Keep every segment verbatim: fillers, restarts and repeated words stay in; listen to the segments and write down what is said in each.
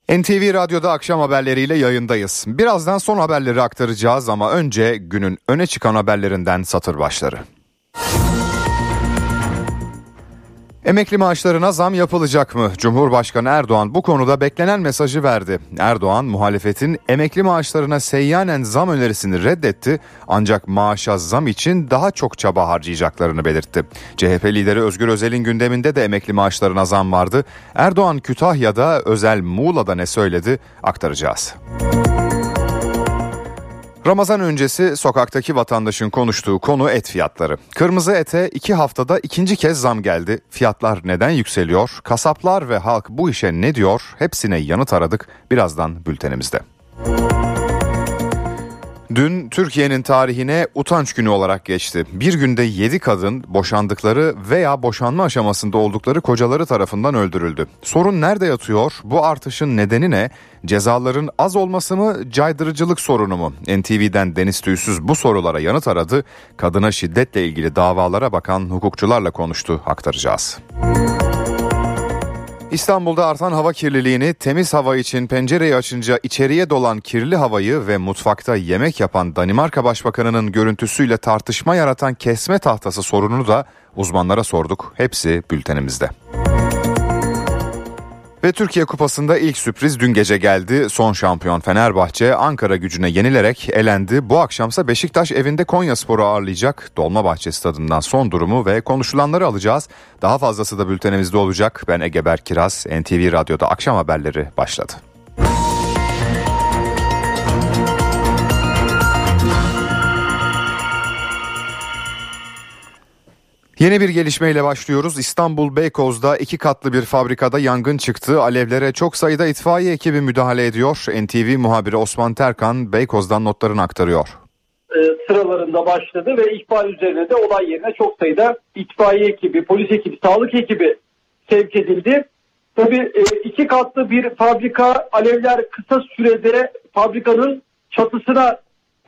N T V Radyo'da akşam haberleriyle yayındayız. Birazdan son haberleri aktaracağız ama önce günün öne çıkan haberlerinden satır başları. Emekli maaşlarına zam yapılacak mı? Cumhurbaşkanı Erdoğan bu konuda beklenen mesajı verdi. Erdoğan, muhalefetin emekli maaşlarına seyyanen zam önerisini reddetti. Ancak maaşa zam için daha çok çaba harcayacaklarını belirtti. C H P lideri Özgür Özel'in gündeminde de emekli maaşlarına zam vardı. Erdoğan Kütahya'da, Özel Muğla'da ne söyledi? Aktaracağız. Ramazan öncesi sokaktaki vatandaşın konuştuğu konu et fiyatları. Kırmızı ete iki haftada ikinci kez zam geldi. Fiyatlar neden yükseliyor? Kasaplar ve halk bu işe ne diyor? Hepsine yanıt aradık. Birazdan bültenimizde. Dün Türkiye'nin tarihine utanç günü olarak geçti. Bir günde yedi kadın boşandıkları veya boşanma aşamasında oldukları kocaları tarafından öldürüldü. Sorun nerede yatıyor? Bu artışın nedeni ne? Cezaların az olması mı, caydırıcılık sorunu mu? N T V'den Deniz Tüysüz bu sorulara yanıt aradı. Kadına şiddetle ilgili davalara bakan hukukçularla konuştu. Aktaracağız. İstanbul'da artan hava kirliliğini, temiz hava için pencereyi açınca içeriye dolan kirli havayı ve mutfakta yemek yapan Danimarka Başbakanı'nın görüntüsüyle tartışma yaratan kesme tahtası sorununu da uzmanlara sorduk. Hepsi bültenimizde. Ve Türkiye Kupası'nda ilk sürpriz dün gece geldi. Son şampiyon Fenerbahçe Ankaragücü'ne yenilerek elendi. Bu akşamsa Beşiktaş evinde Konyaspor'u ağırlayacak. Dolmabahçe Stadı'ndan son durumu ve konuşulanları alacağız. Daha fazlası da bültenimizde olacak. Ben Ege Berkiraz, N T V Radyo'da akşam haberleri başladı. Yeni bir gelişmeyle başlıyoruz. İstanbul Beykoz'da iki katlı bir fabrikada yangın çıktı. Alevlere çok sayıda itfaiye ekibi müdahale ediyor. N T V muhabiri Osman Terkan Beykoz'dan notlarını aktarıyor. E, sıralarında başladı ve ihbar üzerine de olay yerine çok sayıda itfaiye ekibi, polis ekibi, sağlık ekibi sevk edildi. Tabii e, iki katlı bir fabrika, alevler kısa sürede fabrikanın çatısına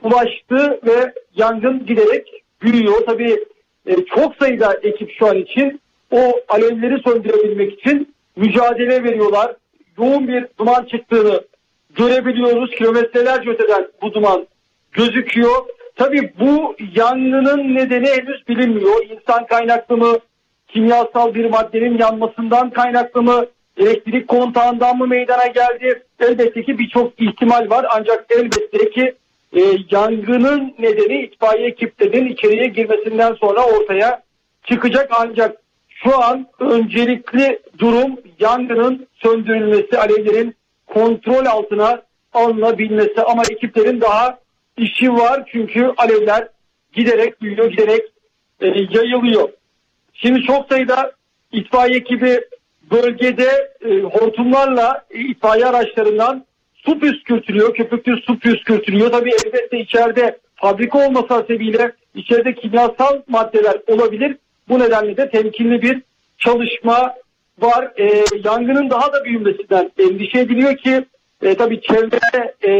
ulaştı ve yangın giderek büyüyor. Tabii çok sayıda ekip şu an için o alevleri söndürebilmek için mücadele veriyorlar. Yoğun bir duman çıktığını görebiliyoruz. Kilometrelerce öteden bu duman gözüküyor. Tabii bu yangının nedeni henüz bilinmiyor. İnsan kaynaklı mı, kimyasal bir maddenin yanmasından kaynaklı mı, elektrik kontağından mı meydana geldi? Elbette ki birçok ihtimal var ancak elbette ki E, yangının nedeni itfaiye ekiplerinin içeriye girmesinden sonra ortaya çıkacak. Ancak şu an öncelikli durum yangının söndürülmesi, alevlerin kontrol altına alınabilmesi. Ama ekiplerin daha işi var çünkü alevler giderek büyüyor, giderek e, yayılıyor. Şimdi çok sayıda itfaiye ekibi bölgede e, hortumlarla e, itfaiye araçlarından su püskürtülüyor, köpüklü su püskürtülüyor. Tabii elbette içeride fabrika olması hasebiyle içeride kimyasal maddeler olabilir. Bu nedenle de temkinli bir çalışma var. E, yangının daha da büyümesinden endişe ediliyor ki e, tabii çevrede e,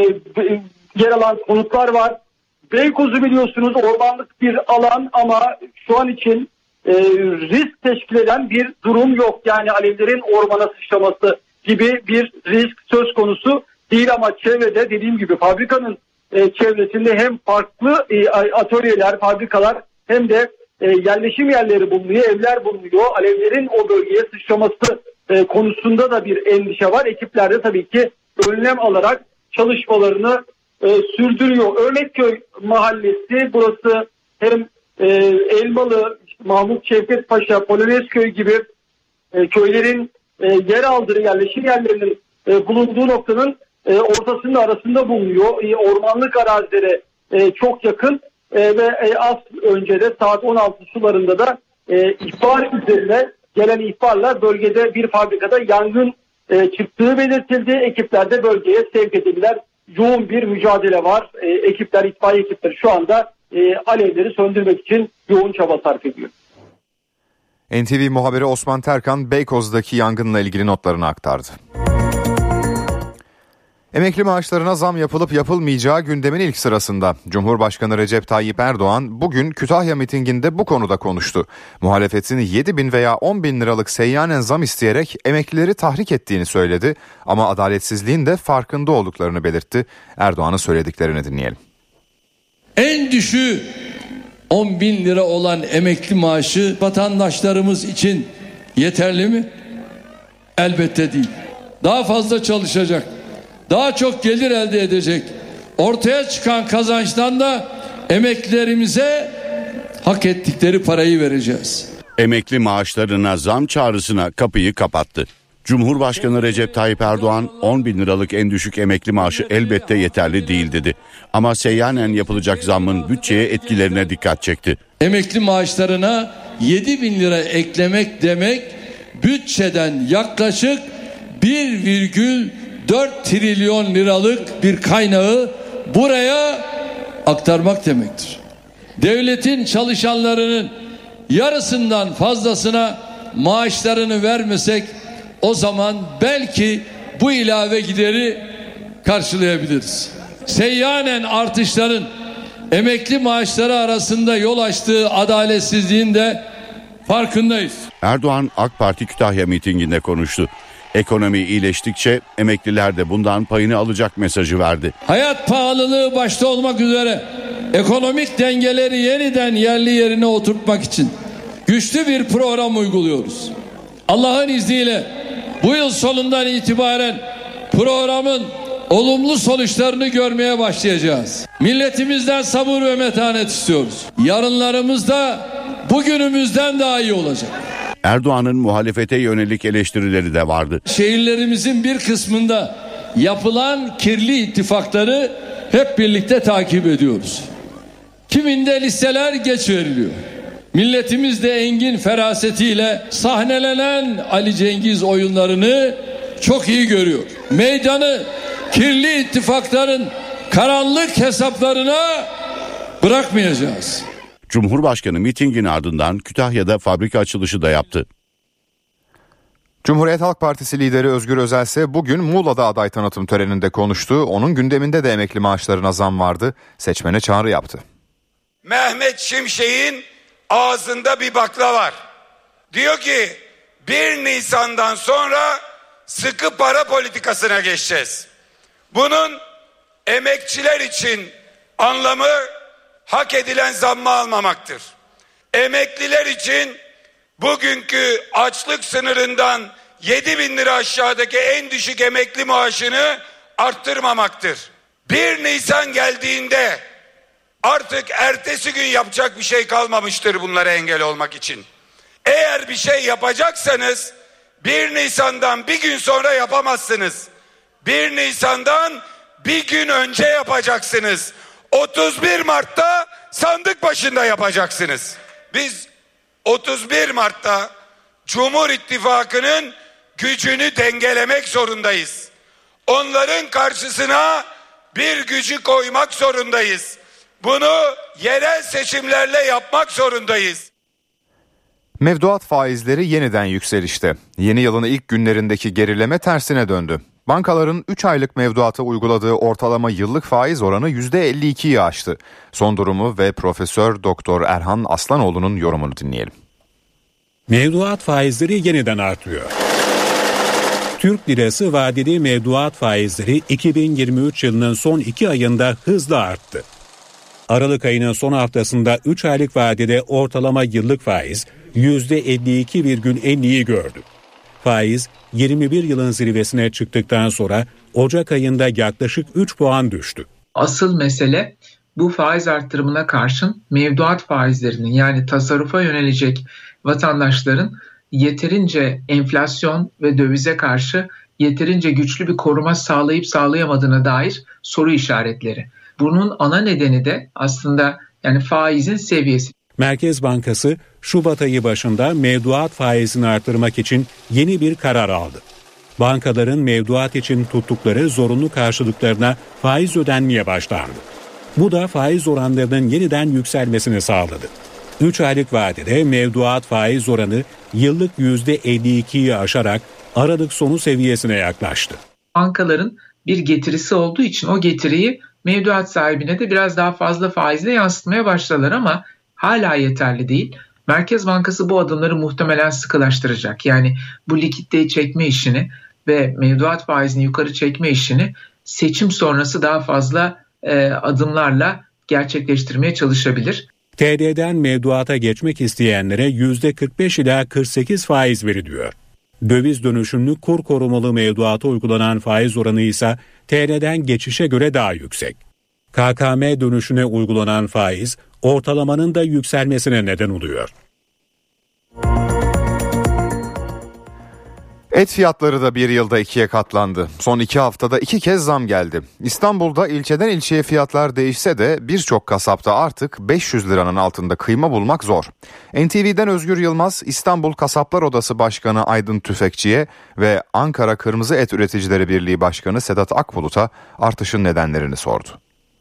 yer alan konutlar var. Beykoz'u biliyorsunuz ormanlık bir alan ama şu an için e, risk teşkil eden bir durum yok. Yani alevlerin ormana sıçraması gibi bir risk söz konusu değil ama çevrede dediğim gibi fabrikanın e, çevresinde hem farklı e, atölyeler, fabrikalar hem de e, yerleşim yerleri bulunuyor, evler bulunuyor. Alevlerin o bölgeye sıçraması e, konusunda da bir endişe var. Ekipler de tabii ki önlem alarak çalışmalarını e, sürdürüyor. Örnekköy mahallesi burası hem e, Elmalı, Mahmut Şevket Paşa, Polonezköy gibi e, köylerin e, yer aldığı yerleşim yerlerinin e, bulunduğu noktanın E, ortasında arasında bulunuyor. E, ormanlık arazilere e, çok yakın e, ve e, az önce de saat on altı sularında da e, ihbar üzerine gelen ihbarla bölgede bir fabrikada yangın e, çıktığı belirtildi. Ekipler de bölgeye sevk edildiler. Yoğun bir mücadele var. E, ekipler, itfaiye ekipleri şu anda e, alevleri söndürmek için yoğun çaba sarf ediyor. N T V muhabiri Osman Terkan Beykoz'daki yangınla ilgili notlarını aktardı. Emekli maaşlarına zam yapılıp yapılmayacağı gündemin ilk sırasında. Cumhurbaşkanı Recep Tayyip Erdoğan bugün Kütahya mitinginde bu konuda konuştu. Muhalefetin yedi bin veya on bin liralık seyyanen zam isteyerek emeklileri tahrik ettiğini söyledi. Ama adaletsizliğin de farkında olduklarını belirtti. Erdoğan'ın söylediklerini dinleyelim. En düşüğü on bin lira olan emekli maaşı vatandaşlarımız için yeterli mi? Elbette değil. Daha fazla çalışacak, daha çok gelir elde edecek. Ortaya çıkan kazançtan da emeklilerimize hak ettikleri parayı vereceğiz. Emekli maaşlarına zam çağrısına kapıyı kapattı. Cumhurbaşkanı Recep Tayyip Erdoğan on bin liralık en düşük emekli maaşı elbette yeterli değil dedi. Ama seyyanen yapılacak zammın bütçeye etkilerine dikkat çekti. Emekli maaşlarına yedi bin lira eklemek demek bütçeden yaklaşık bir virgül dört trilyon liralık bir kaynağı buraya aktarmak demektir. Devletin çalışanlarının yarısından fazlasına maaşlarını vermesek o zaman belki bu ilave gideri karşılayabiliriz. Seyyanen artışların emekli maaşları arasında yol açtığı adaletsizliğin de farkındayız. Erdoğan AK Parti Kütahya mitinginde konuştu. Ekonomi iyileştikçe emekliler de bundan payını alacak mesajı verdi. Hayat pahalılığı başta olmak üzere ekonomik dengeleri yeniden yerli yerine oturtmak için güçlü bir program uyguluyoruz. Allah'ın izniyle bu yıl sonundan itibaren programın olumlu sonuçlarını görmeye başlayacağız. Milletimizden sabır ve metanet istiyoruz. Yarınlarımız da bugünümüzden daha iyi olacak. Erdoğan'ın muhalefete yönelik eleştirileri de vardı. Şehirlerimizin bir kısmında yapılan kirli ittifakları hep birlikte takip ediyoruz. Kiminde listeler geç veriliyor. Milletimiz de engin ferasetiyle sahnelenen Ali Cengiz oyunlarını çok iyi görüyor. Meydanı kirli ittifakların karanlık hesaplarına bırakmayacağız. Cumhurbaşkanı mitingin ardından Kütahya'da fabrika açılışı da yaptı. Cumhuriyet Halk Partisi lideri Özgür Özel ise bugün Muğla'da aday tanıtım töreninde konuştu. Onun gündeminde de emekli maaşlarına zam vardı. Seçmene çağrı yaptı. Mehmet Şimşek'in ağzında bir bakla var. Diyor ki bir Nisan'dan sonra sıkı para politikasına geçeceğiz. Bunun emekçiler için anlamı hak edilen zammı almamaktır. Emekliler için bugünkü açlık sınırından yedi bin lira aşağıdaki en düşük emekli maaşını arttırmamaktır. bir Nisan geldiğinde artık ertesi gün yapacak bir şey kalmamıştır bunlara engel olmak için. Eğer bir şey yapacaksanız bir Nisan'dan bir gün sonra yapamazsınız. bir Nisan'dan bir gün önce yapacaksınız. otuz bir Mart'ta sandık başında yapacaksınız. Biz otuz bir Mart'ta Cumhur İttifakı'nın gücünü dengelemek zorundayız. Onların karşısına bir gücü koymak zorundayız. Bunu yerel seçimlerle yapmak zorundayız. Mevduat faizleri yeniden yükselişte. Yeni yılın ilk günlerindeki gerileme tersine döndü. Bankaların üç aylık mevduata uyguladığı ortalama yıllık faiz oranı yüzde elli ikiyi aştı. Son durumu ve Profesör Doktor Erhan Aslanoğlu'nun yorumunu dinleyelim. Mevduat faizleri yeniden artıyor. Türk lirası vadeli mevduat faizleri iki bin yirmi üç yılının son iki ayında hızla arttı. Aralık ayının son haftasında üç aylık vadede ortalama yıllık faiz yüzde elli iki virgül elliyi gördü. Faiz yirmi bir yılın zirvesine çıktıktan sonra Ocak ayında yaklaşık üç puan düştü. Asıl mesele bu faiz arttırımına karşın mevduat faizlerinin, yani tasarrufa yönelecek vatandaşların yeterince enflasyon ve dövize karşı yeterince güçlü bir koruma sağlayıp sağlayamadığına dair soru işaretleri. Bunun ana nedeni de aslında yani faizin seviyesi. Merkez Bankası Şubat ayı başında mevduat faizini artırmak için yeni bir karar aldı. Bankaların mevduat için tuttukları zorunlu karşılıklarına faiz ödenmeye başlandı. Bu da faiz oranlarının yeniden yükselmesini sağladı. üç aylık vadede mevduat faiz oranı yıllık yüzde elli ikiyi aşarak Aralık sonu seviyesine yaklaştı. bankaların bir getirisi olduğu için o getiriyi mevduat sahibine de biraz daha fazla faizle yansıtmaya başladılar ama hala yeterli değil. Merkez Bankası bu adımları muhtemelen sıkılaştıracak. Yani bu likiditeyi çekme işini ve mevduat faizini yukarı çekme işini seçim sonrası daha fazla e, adımlarla gerçekleştirmeye çalışabilir. T L'den mevduata geçmek isteyenlere yüzde kırk beş ila kırk sekiz faiz veriliyor. Döviz dönüşümlü kur korumalı mevduata uygulanan faiz oranı ise T L'den geçişe göre daha yüksek. K K M dönüşüne uygulanan faiz ortalamanın da yükselmesine neden oluyor. Et fiyatları da bir yılda ikiye katlandı. Son iki haftada iki kez zam geldi. İstanbul'da ilçeden ilçeye fiyatlar değişse de birçok kasapta artık beş yüz liranın altında kıyma bulmak zor. N T V'den Özgür Yılmaz, İstanbul Kasaplar Odası Başkanı Aydın Tüfekçi'ye ve Ankara Kırmızı Et Üreticileri Birliği Başkanı Sedat Akbulut'a artışın nedenlerini sordu.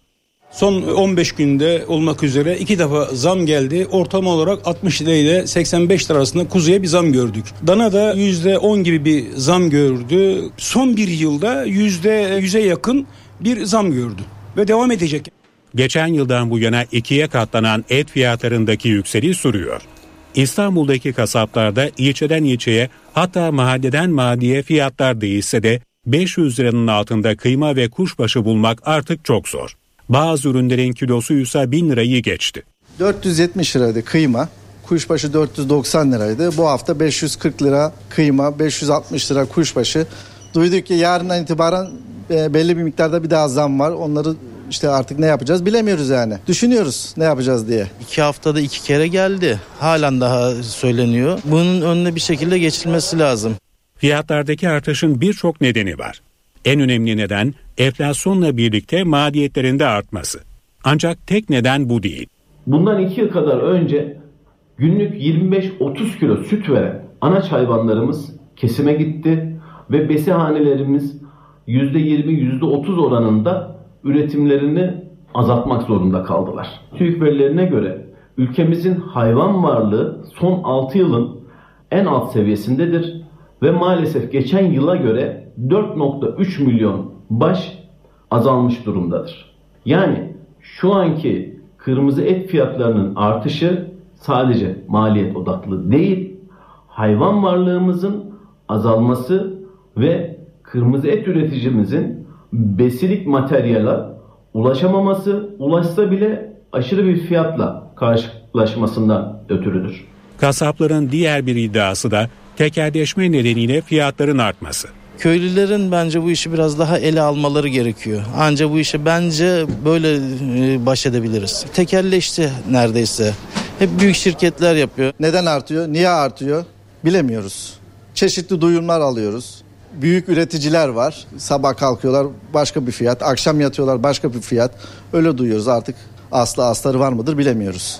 Son on beş günde olmak üzere iki defa zam geldi. Ortalama olarak altmış lira ile seksen beş lira arasında kuzuya bir zam gördük. Dana da yüzde on gibi bir zam gördü. Son bir yılda yüzde yüze yakın bir zam gördü ve devam edecek. Geçen yıldan bu yana ikiye katlanan et fiyatlarındaki yükseliş sürüyor. İstanbul'daki kasaplarda ilçeden ilçeye, hatta mahalleden mahalleye fiyatlar değişse de beş yüz liranın altında kıyma ve kuşbaşı bulmak artık çok zor. Bazı ürünlerin kilosu ise bin lirayı geçti. dört yüz yetmiş liraydı kıyma, kuşbaşı dört yüz doksan liraydı. Bu hafta beş yüz kırk lira kıyma, beş yüz altmış lira kuşbaşı. Duyduk ki yarından itibaren belli bir miktarda bir daha zam var. Onları işte artık ne yapacağız bilemiyoruz yani. Düşünüyoruz ne yapacağız diye. İki haftada iki kere geldi. Halen daha söyleniyor. Bunun önüne bir şekilde geçilmesi lazım. Fiyatlardaki artışın birçok nedeni var. En önemli neden enflasyonla birlikte maliyetlerin de artması. Ancak tek neden bu değil. Bundan iki yıl kadar önce günlük yirmi beş otuz kilo süt veren anaç hayvanlarımız kesime gitti ve besihanelerimiz yüzde yirmi yüzde otuz oranında üretimlerini azaltmak zorunda kaldılar. TÜİK verilerine göre ülkemizin hayvan varlığı son altı yılın en alt seviyesindedir ve maalesef geçen yıla göre dört nokta üç milyon baş azalmış durumdadır. Yani şu anki kırmızı et fiyatlarının artışı sadece maliyet odaklı değil, hayvan varlığımızın azalması ve kırmızı et üreticimizin besilik materyale ulaşamaması, ulaşsa bile aşırı bir fiyatla karşılaşmasından ötürüdür. Kasapların diğer bir iddiası da tekelleşme nedeniyle fiyatların artması. Köylülerin bence bu işi biraz daha ele almaları gerekiyor. Ancak bu işi bence böyle baş edebiliriz. Tekelleşti neredeyse. Hep büyük şirketler yapıyor. Neden artıyor? Niye artıyor? Bilemiyoruz. Çeşitli duyumlar alıyoruz. Büyük üreticiler var. Sabah kalkıyorlar başka bir fiyat, akşam yatıyorlar başka bir fiyat. Öyle duyuyoruz artık. Aslı astarı var mıdır bilemiyoruz.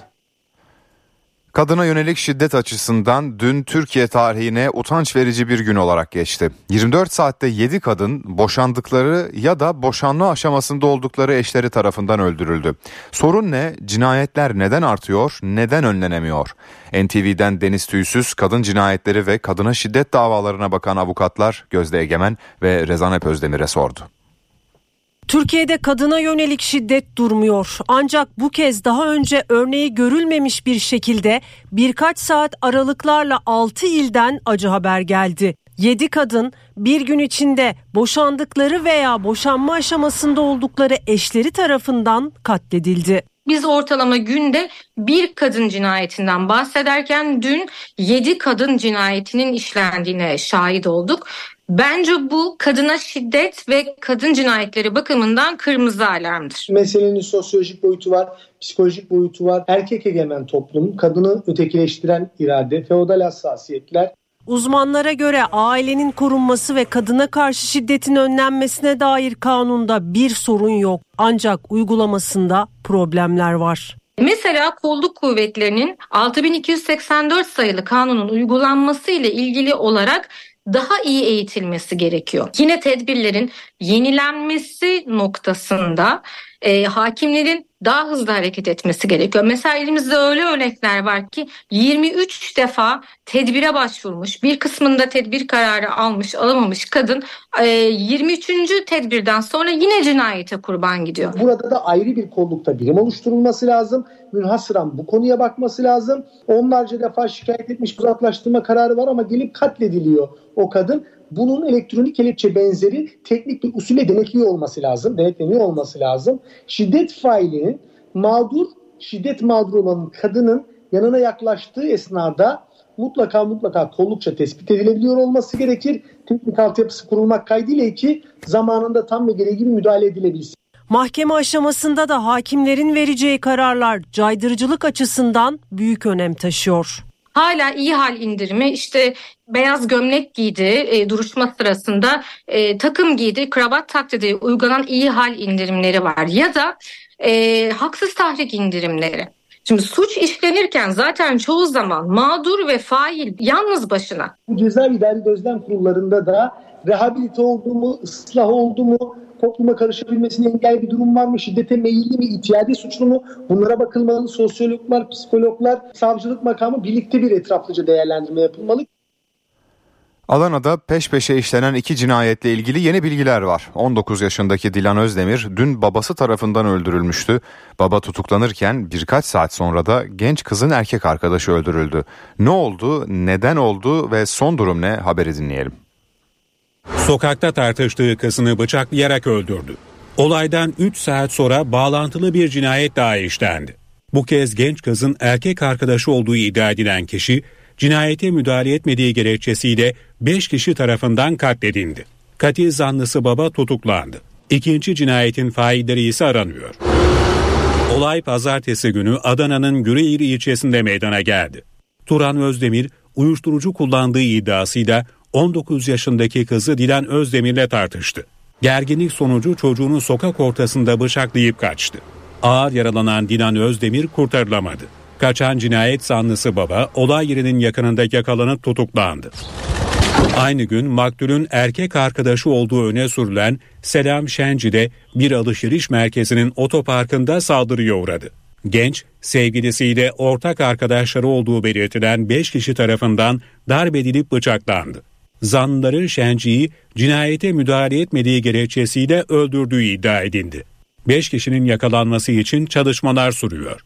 Kadına yönelik şiddet açısından dün Türkiye tarihine utanç verici bir gün olarak geçti. yirmi dört saatte yedi kadın boşandıkları ya da boşanma aşamasında oldukları eşleri tarafından öldürüldü. Sorun ne? Cinayetler neden artıyor? Neden önlenemiyor? N T V'den Deniz Tüysüz kadın cinayetleri ve kadına şiddet davalarına bakan avukatlar Gözde Egemen ve Rezan Özdemir'e sordu. Türkiye'de kadına yönelik şiddet durmuyor. Ancak bu kez daha önce örneği görülmemiş bir şekilde birkaç saat aralıklarla altı ilden acı haber geldi. yedi kadın bir gün içinde boşandıkları veya boşanma aşamasında oldukları eşleri tarafından katledildi. Biz ortalama günde bir kadın cinayetinden bahsederken dün yedi kadın cinayetinin işlendiğine şahit olduk. Bence bu kadına şiddet ve kadın cinayetleri bakımından kırmızı alarmdır. Meselenin sosyolojik boyutu var, psikolojik boyutu var. Erkek egemen toplum, kadını ötekileştiren irade, feodal hassasiyetler. Uzmanlara göre ailenin korunması ve kadına karşı şiddetin önlenmesine dair kanunda bir sorun yok. Ancak uygulamasında problemler var. Mesela kolluk kuvvetlerinin altı bin iki yüz seksen dört sayılı kanunun uygulanması ile ilgili olarak daha iyi eğitilmesi gerekiyor. Yine tedbirlerin yenilenmesi noktasında e, hakimlerin daha hızlı hareket etmesi gerekiyor. Mesela elimizde öyle örnekler var ki yirmi üç defa tedbire başvurmuş, bir kısmında tedbir kararı almış, alamamış kadın yirmi üçüncü tedbirden sonra yine cinayete kurban gidiyor. Burada da ayrı bir kollukta birim oluşturulması lazım. Münhasıran bu konuya bakması lazım. Onlarca defa şikayet etmiş, uzaklaştırma kararı var ama gelip katlediliyor o kadın. Bunun elektronik kelepçe benzeri teknik bir usulle denetliyor olması lazım, denetleniyor olması lazım. Şiddet failinin mağdur, şiddet mağduru olan kadının yanına yaklaştığı esnada mutlaka mutlaka kollukça tespit edilebiliyor olması gerekir. Teknik altyapısı kurulmak kaydıyla ki zamanında tam ve gereği gibi müdahale edilebilsin. Mahkeme aşamasında da hakimlerin vereceği kararlar caydırıcılık açısından büyük önem taşıyor. Hala iyi hal indirimi, işte beyaz gömlek giydi e, duruşma sırasında, e, takım giydi, kravat taktı diye uygulanan iyi hal indirimleri var. Ya da e, haksız tahrik indirimleri. Şimdi suç işlenirken zaten çoğu zaman mağdur ve fail yalnız başına. Bu ceza idari gözlem kurullarında da rehabilite oldu mu, ıslah oldu mu, topluma karışabilmesine engel bir durum var mı, şiddete meyilli mi, itiyadi suçlu mu? Bunlara bakılmalı. Sosyologlar, psikologlar, savcılık makamı birlikte bir etraflıca değerlendirme yapılmalı. Adana'da peş peşe işlenen iki cinayetle ilgili yeni bilgiler var. on dokuz yaşındaki Dilan Özdemir dün babası tarafından öldürülmüştü. Baba tutuklanırken birkaç saat sonra da genç kızın erkek arkadaşı öldürüldü. Ne oldu, neden oldu ve son durum ne? Haberi dinleyelim. Sokakta tartıştığı kızını bıçaklayarak öldürdü. Olaydan üç saat sonra bağlantılı bir cinayet daha işlendi. Bu kez genç kızın erkek arkadaşı olduğu iddia edilen kişi cinayete müdahale etmediği gerekçesiyle beş kişi tarafından katledildi. Katil zanlısı baba tutuklandı. İkinci cinayetin failleri ise aranıyor. Olay pazartesi günü Adana'nın Güreğir ilçesinde meydana geldi. Turan Özdemir uyuşturucu kullandığı iddiasıyla on dokuz yaşındaki kızı Dilan Özdemir'le tartıştı. Gerginlik sonucu çocuğunu sokak ortasında bıçaklayıp kaçtı. Ağır yaralanan Dilan Özdemir kurtarılamadı. Kaçan cinayet zanlısı baba olay yerinin yakınında yakalanıp tutuklandı. Aynı gün maktulün erkek arkadaşı olduğu öne sürülen Selam Şenci de bir alışveriş merkezinin otoparkında saldırıya uğradı. Genç, sevgilisiyle ortak arkadaşları olduğu belirtilen beş kişi tarafından darp edilip bıçaklandı. Zanlıların Şenci'yi cinayete müdahale etmediği gerekçesiyle öldürdüğü iddia edildi. beş kişinin yakalanması için çalışmalar sürüyor.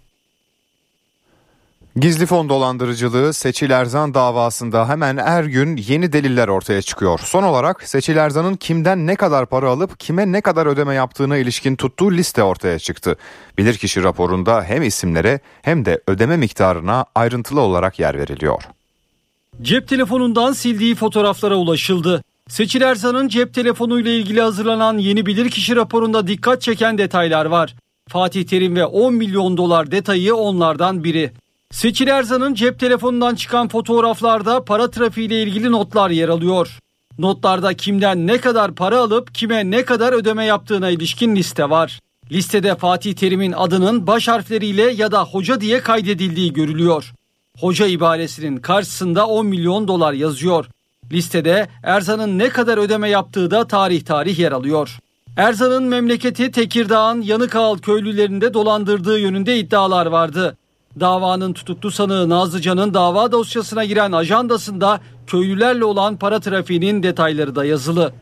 Gizli fon dolandırıcılığı, Seçil Erzan davasında hemen her gün yeni deliller ortaya çıkıyor. Son olarak Seçil Erzan'ın kimden ne kadar para alıp kime ne kadar ödeme yaptığına ilişkin tuttuğu liste ortaya çıktı. Bilirkişi raporunda hem isimlere hem de ödeme miktarına ayrıntılı olarak yer veriliyor. Cep telefonundan sildiği fotoğraflara ulaşıldı. Seçil Erzan'ın cep telefonuyla ilgili hazırlanan yeni bilirkişi raporunda dikkat çeken detaylar var. Fatih Terim ve on milyon dolar detayı onlardan biri. Seçil Erzan'ın cep telefonundan çıkan fotoğraflarda para trafiğiyle ilgili notlar yer alıyor. Notlarda kimden ne kadar para alıp kime ne kadar ödeme yaptığına ilişkin liste var. Listede Fatih Terim'in adının baş harfleriyle ya da hoca diye kaydedildiği görülüyor. Hoca ibaresinin karşısında on milyon dolar yazıyor. Listede Erzan'ın ne kadar ödeme yaptığı da tarih tarih yer alıyor. Erzan'ın memleketi Tekirdağ'ın Yanıkağal köylülerinde dolandırdığı yönünde iddialar vardı. Davanın tutuklu sanığı Nazlıcan'ın dava dosyasına giren ajandasında köylülerle olan para trafiğinin detayları da yazılı.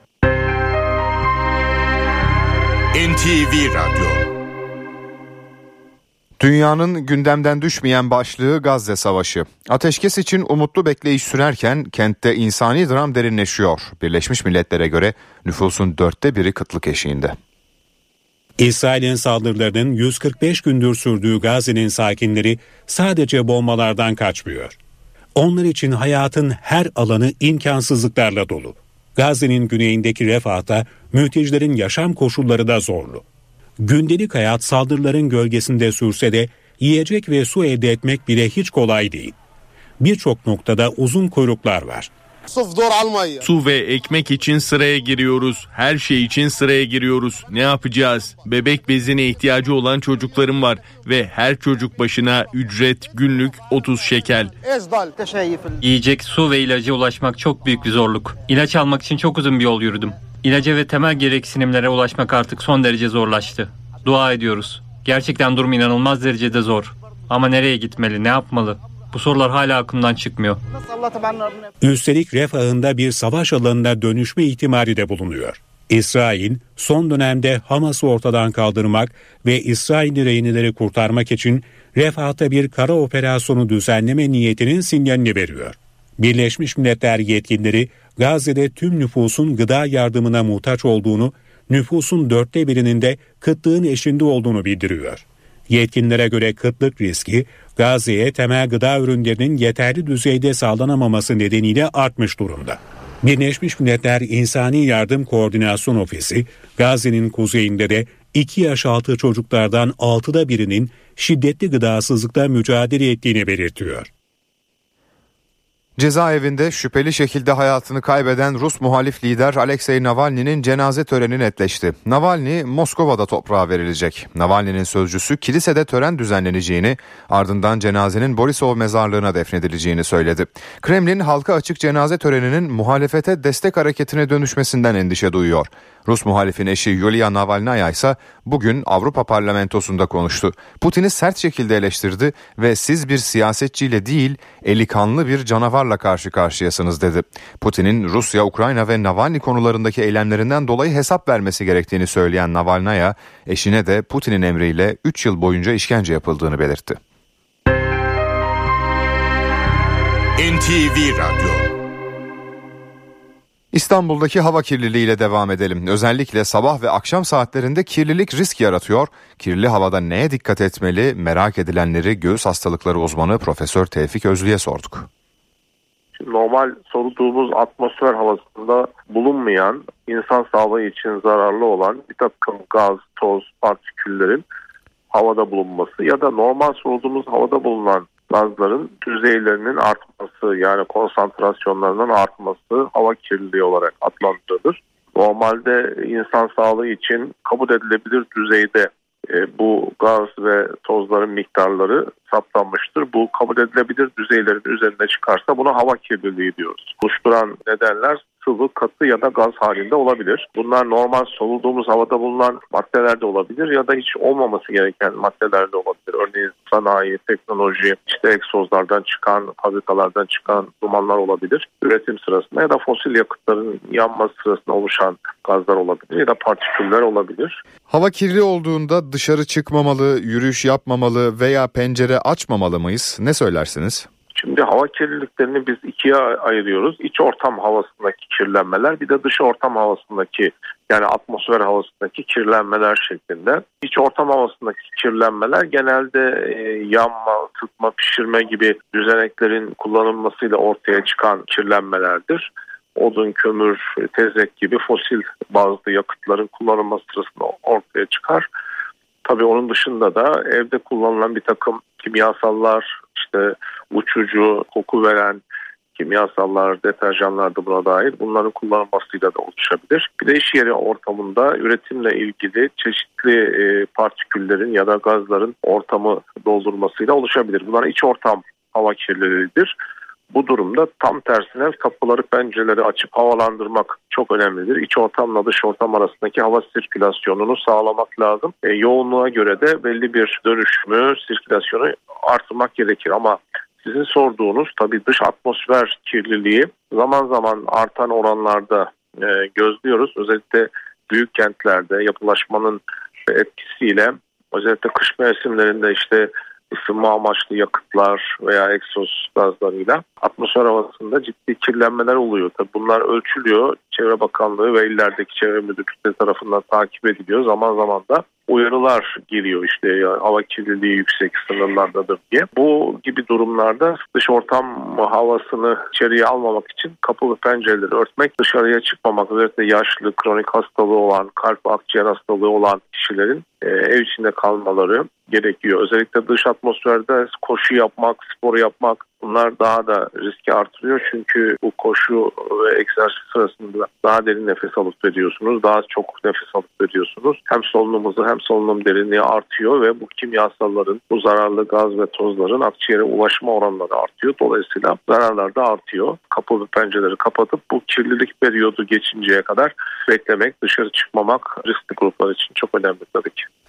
N T V Radyo. Dünyanın gündemden düşmeyen başlığı Gazze Savaşı. Ateşkes için umutlu bekleyiş sürerken kentte insani dram derinleşiyor. Birleşmiş Milletler'e göre nüfusun dörtte biri kıtlık eşiğinde. İsrail'in saldırılarının yüz kırk beş gündür sürdüğü Gazze'nin sakinleri sadece bombalardan kaçmıyor. Onlar için hayatın her alanı imkansızlıklarla dolu. Gazze'nin güneyindeki Refah'ta mültecilerin yaşam koşulları da zorlu. Gündelik hayat saldırıların gölgesinde sürse de yiyecek ve su elde etmek bile hiç kolay değil. Birçok noktada uzun kuyruklar var. Su ve ekmek için sıraya giriyoruz. Her şey için sıraya giriyoruz. Ne yapacağız? Bebek bezine ihtiyacı olan çocuklarım var ve her çocuk başına ücret günlük otuz şekel. Yiyecek, su ve ilaca ulaşmak çok büyük bir zorluk. İlaç almak için çok uzun bir yol yürüdüm. İlaca ve temel gereksinimlere ulaşmak artık son derece zorlaştı. Dua ediyoruz. Gerçekten durum inanılmaz derecede zor. Ama nereye gitmeli, ne yapmalı? Bu sorular hala aklımdan çıkmıyor. Üstelik refahında bir savaş alanına dönüşme ihtimali de bulunuyor. İsrail son dönemde Hamas'ı ortadan kaldırmak ve İsrailli rehineleri kurtarmak için Refah'ta bir kara operasyonu düzenleme niyetinin sinyalini veriyor. Birleşmiş Milletler yetkilileri Gazze'de tüm nüfusun gıda yardımına muhtaç olduğunu, nüfusun dörtte birinin de kıtlığın eşiğinde olduğunu bildiriyor. Yetkililere göre kıtlık riski Gazze'ye temel gıda ürünlerinin yeterli düzeyde sağlanamaması nedeniyle artmış durumda. Birleşmiş Milletler İnsani Yardım Koordinasyon Ofisi, Gazze'nin kuzeyinde de iki yaş altı çocuklardan altıda birinin şiddetli gıdasızlıkla mücadele ettiğini belirtiyor. Cezaevinde şüpheli şekilde hayatını kaybeden Rus muhalif lider Alexei Navalny'nin cenaze töreni netleşti. Navalny Moskova'da toprağa verilecek. Navalny'nin sözcüsü kilisede tören düzenleneceğini, ardından cenazenin Borisov mezarlığına defnedileceğini söyledi. Kremlin halka açık cenaze töreninin muhalefete destek hareketine dönüşmesinden endişe duyuyor. Rus muhalifin eşi Yulia Navalnaya ise bugün Avrupa Parlamentosu'nda konuştu. Putin'i sert şekilde eleştirdi ve siz bir siyasetçiyle değil, eli kanlı bir canavarla karşı karşıyasınız dedi. Putin'in Rusya, Ukrayna ve Navalny konularındaki eylemlerinden dolayı hesap vermesi gerektiğini söyleyen Navalnaya, eşine de Putin'in emriyle üç yıl boyunca işkence yapıldığını belirtti. N T V Radyo. İstanbul'daki hava kirliliğiyle devam edelim. Özellikle sabah ve akşam saatlerinde kirlilik risk yaratıyor. Kirli havada neye dikkat etmeli? Merak edilenleri göğüs hastalıkları uzmanı Profesör Tevfik Özlü'ye sorduk. Normal soluduğumuz atmosfer havasında bulunmayan, insan sağlığı için zararlı olan bir takım gaz, toz, partiküllerin havada bulunması ya da normal soluduğumuz havada bulunan gazların düzeylerinin artması, yani konsantrasyonlarının artması hava kirliliği olarak adlandırılır. Normalde insan sağlığı için kabul edilebilir düzeyde e, bu gaz ve tozların miktarları saptanmıştır. Bu kabul edilebilir düzeylerin üzerine çıkarsa buna hava kirliliği diyoruz. Oluşturan nedenler sıvı, katı ya da gaz halinde olabilir. Bunlar normal soluduğumuz havada bulunan maddelerde olabilir ya da hiç olmaması gereken maddelerde olabilir. Örneğin sanayi, teknoloji, işte egzozlardan çıkan, fabrikalardan çıkan dumanlar olabilir. Üretim sırasında ya da fosil yakıtların yanması sırasında oluşan gazlar olabilir ya da partiküller olabilir. Hava kirli olduğunda dışarı çıkmamalı, yürüyüş yapmamalı veya pencere açmamalı mıyız? Ne söylersiniz? Şimdi hava kirliliklerini biz ikiye ayırıyoruz. İç ortam havasındaki kirlenmeler, bir de dış ortam havasındaki, yani atmosfer havasındaki kirlenmeler şeklinde. İç ortam havasındaki kirlenmeler genelde e, yanma, ısıtma, pişirme gibi düzeneklerin kullanılmasıyla ortaya çıkan kirlenmelerdir. Odun, kömür, tezek gibi fosil bazlı yakıtların kullanılması sırasında ortaya çıkar. Tabii onun dışında da evde kullanılan bir takım kimyasallar, işte uçucu, koku veren kimyasallar, deterjanlar da buna dahil, bunların kullanılmasıyla da oluşabilir. Bir de iş yeri ortamında üretimle ilgili çeşitli e, partiküllerin ya da gazların ortamı doldurmasıyla oluşabilir. Bunlar iç ortam hava kirliliğidir. Bu durumda tam tersine kapıları, pencereleri açıp havalandırmak çok önemlidir. İç ortamla dış ortam arasındaki hava sirkülasyonunu sağlamak lazım. E, yoğunluğa göre de belli bir dönüşümü, sirkülasyonu artırmak gerekir. Ama sizin sorduğunuz tabii dış atmosfer kirliliği zaman zaman artan oranlarda e, gözlüyoruz. Özellikle büyük kentlerde yapılaşmanın etkisiyle, özellikle kış mevsimlerinde işte ısınma amaçlı yakıtlar veya egzoz gazlarıyla atmosfer havasında ciddi kirlenmeler oluyor. Tabii bunlar ölçülüyor. Çevre Bakanlığı ve illerdeki çevre müdürlükleri tarafından takip ediliyor. Zaman zaman da uyarılar geliyor, işte ya, hava kirliliği yüksek sınırlardadır diye. Bu gibi durumlarda dış ortam havasını içeriye almamak için kapı ve pencereleri örtmek, dışarıya çıkmamak, özellikle yaşlı, kronik hastalığı olan, kalp akciğer hastalığı olan kişilerin e, ev içinde kalmaları gerekiyor. Özellikle dış atmosferde koşu yapmak, spor yapmak, bunlar daha da riski artırıyor. Çünkü bu koşu ve egzersiz sırasında daha derin nefes alıp veriyorsunuz. Daha çok nefes alıp veriyorsunuz. Hem solunumuzu hem solunum derinliği artıyor ve bu kimyasalların, bu zararlı gaz ve tozların akciğere ulaşma oranları artıyor. Dolayısıyla zararlar da artıyor. Kapı ve pencereleri kapatıp bu kirlilik periyodu geçinceye kadar beklemek, dışarı çıkmamak riskli gruplar için çok önemli tabii ki.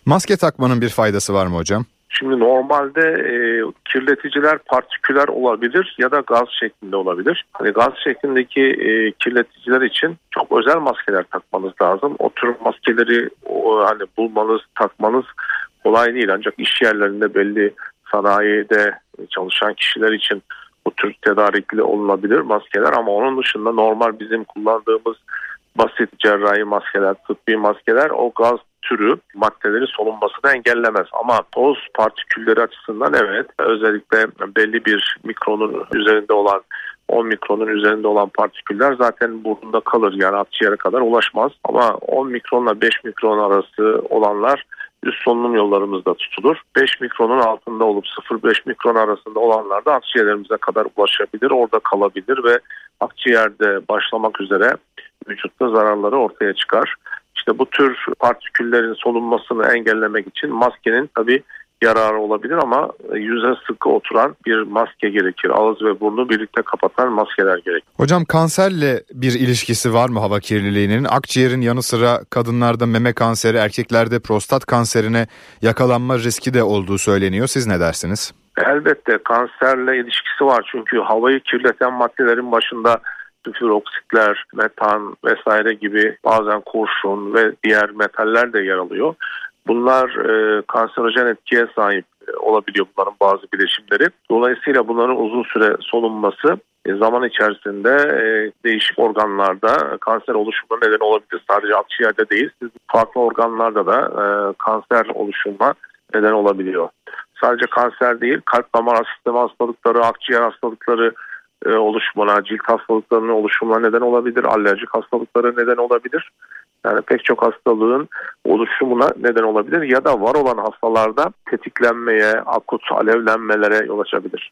Maske takmanın bir faydası var mı hocam? Şimdi normalde e, kirleticiler partiküler olabilir ya da gaz şeklinde olabilir. Hani gaz şeklindeki e, kirleticiler için çok özel maskeler takmanız lazım. O tür maskeleri o, hani bulmanız, takmanız kolay değil. Ancak iş yerlerinde belli sanayide çalışan kişiler için bu tür tedarikli olunabilir maskeler. Ama onun dışında normal bizim kullandığımız basit cerrahi maskeler, tıbbi maskeler o gaz türü maddeleri solunmasını engellemez. Ama toz partikülleri açısından evet, özellikle belli bir mikronun üzerinde olan, on mikronun üzerinde olan partiküller zaten burnunda kalır, yani akciğere kadar ulaşmaz. Ama on mikronla beş mikron arası olanlar üst solunum yollarımızda tutulur. beş mikronun altında olup sıfır virgül beş mikron arasında olanlar da akciğerlerimize kadar ulaşabilir, orada kalabilir ve akciğerde başlamak üzere vücutta zararları ortaya çıkar. İşte bu tür partiküllerin solunmasını engellemek için maskenin tabii yararı olabilir ama yüze sıkı oturan bir maske gerekir. Ağız ve burnu birlikte kapatan maskeler gerekir. Hocam kanserle bir ilişkisi var mı hava kirliliğinin? Akciğerin yanı sıra kadınlarda meme kanseri, erkeklerde prostat kanserine yakalanma riski de olduğu söyleniyor. Siz ne dersiniz? Elbette kanserle ilişkisi var. Çünkü havayı kirleten maddelerin başında süfür oksitler, metan vesaire gibi bazen kurşun ve diğer metaller de yer alıyor. Bunlar e, kanserojen etkiye sahip olabiliyor, bunların bazı bileşimleri. Dolayısıyla bunların uzun süre solunması e, zaman içerisinde e, değişik organlarda kanser oluşumuna neden olabilir. Sadece akciğerde değil, farklı organlarda da e, kanser oluşumuna neden olabiliyor. Sadece kanser değil, kalp damar sistemi hastalıkları, akciğer hastalıkları e, oluşumuna, cilt hastalıklarının oluşumuna neden olabilir, alerjik hastalıklara neden olabilir. Yani pek çok hastalığın oluşumuna neden olabilir ya da var olan hastalarda tetiklenmeye, akut alevlenmelere yol açabilir.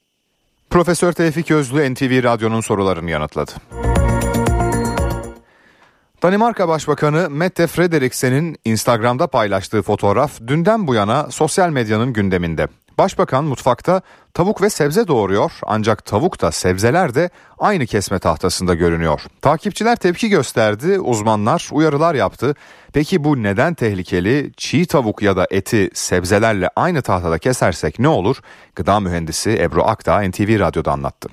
Profesör Tevfik Özlü N T V Radyo'nun sorularını yanıtladı. Danimarka Başbakanı Mette Frederiksen'in Instagram'da paylaştığı fotoğraf dünden bu yana sosyal medyanın gündeminde. Başbakan mutfakta tavuk ve sebze doğuruyor, ancak tavuk da sebzeler de aynı kesme tahtasında görünüyor. Takipçiler tepki gösterdi, uzmanlar uyarılar yaptı. Peki bu neden tehlikeli? Çiğ tavuk ya da eti sebzelerle aynı tahtada kesersek ne olur? Gıda mühendisi Ebru Akdağ N T V Radyo'da anlattı.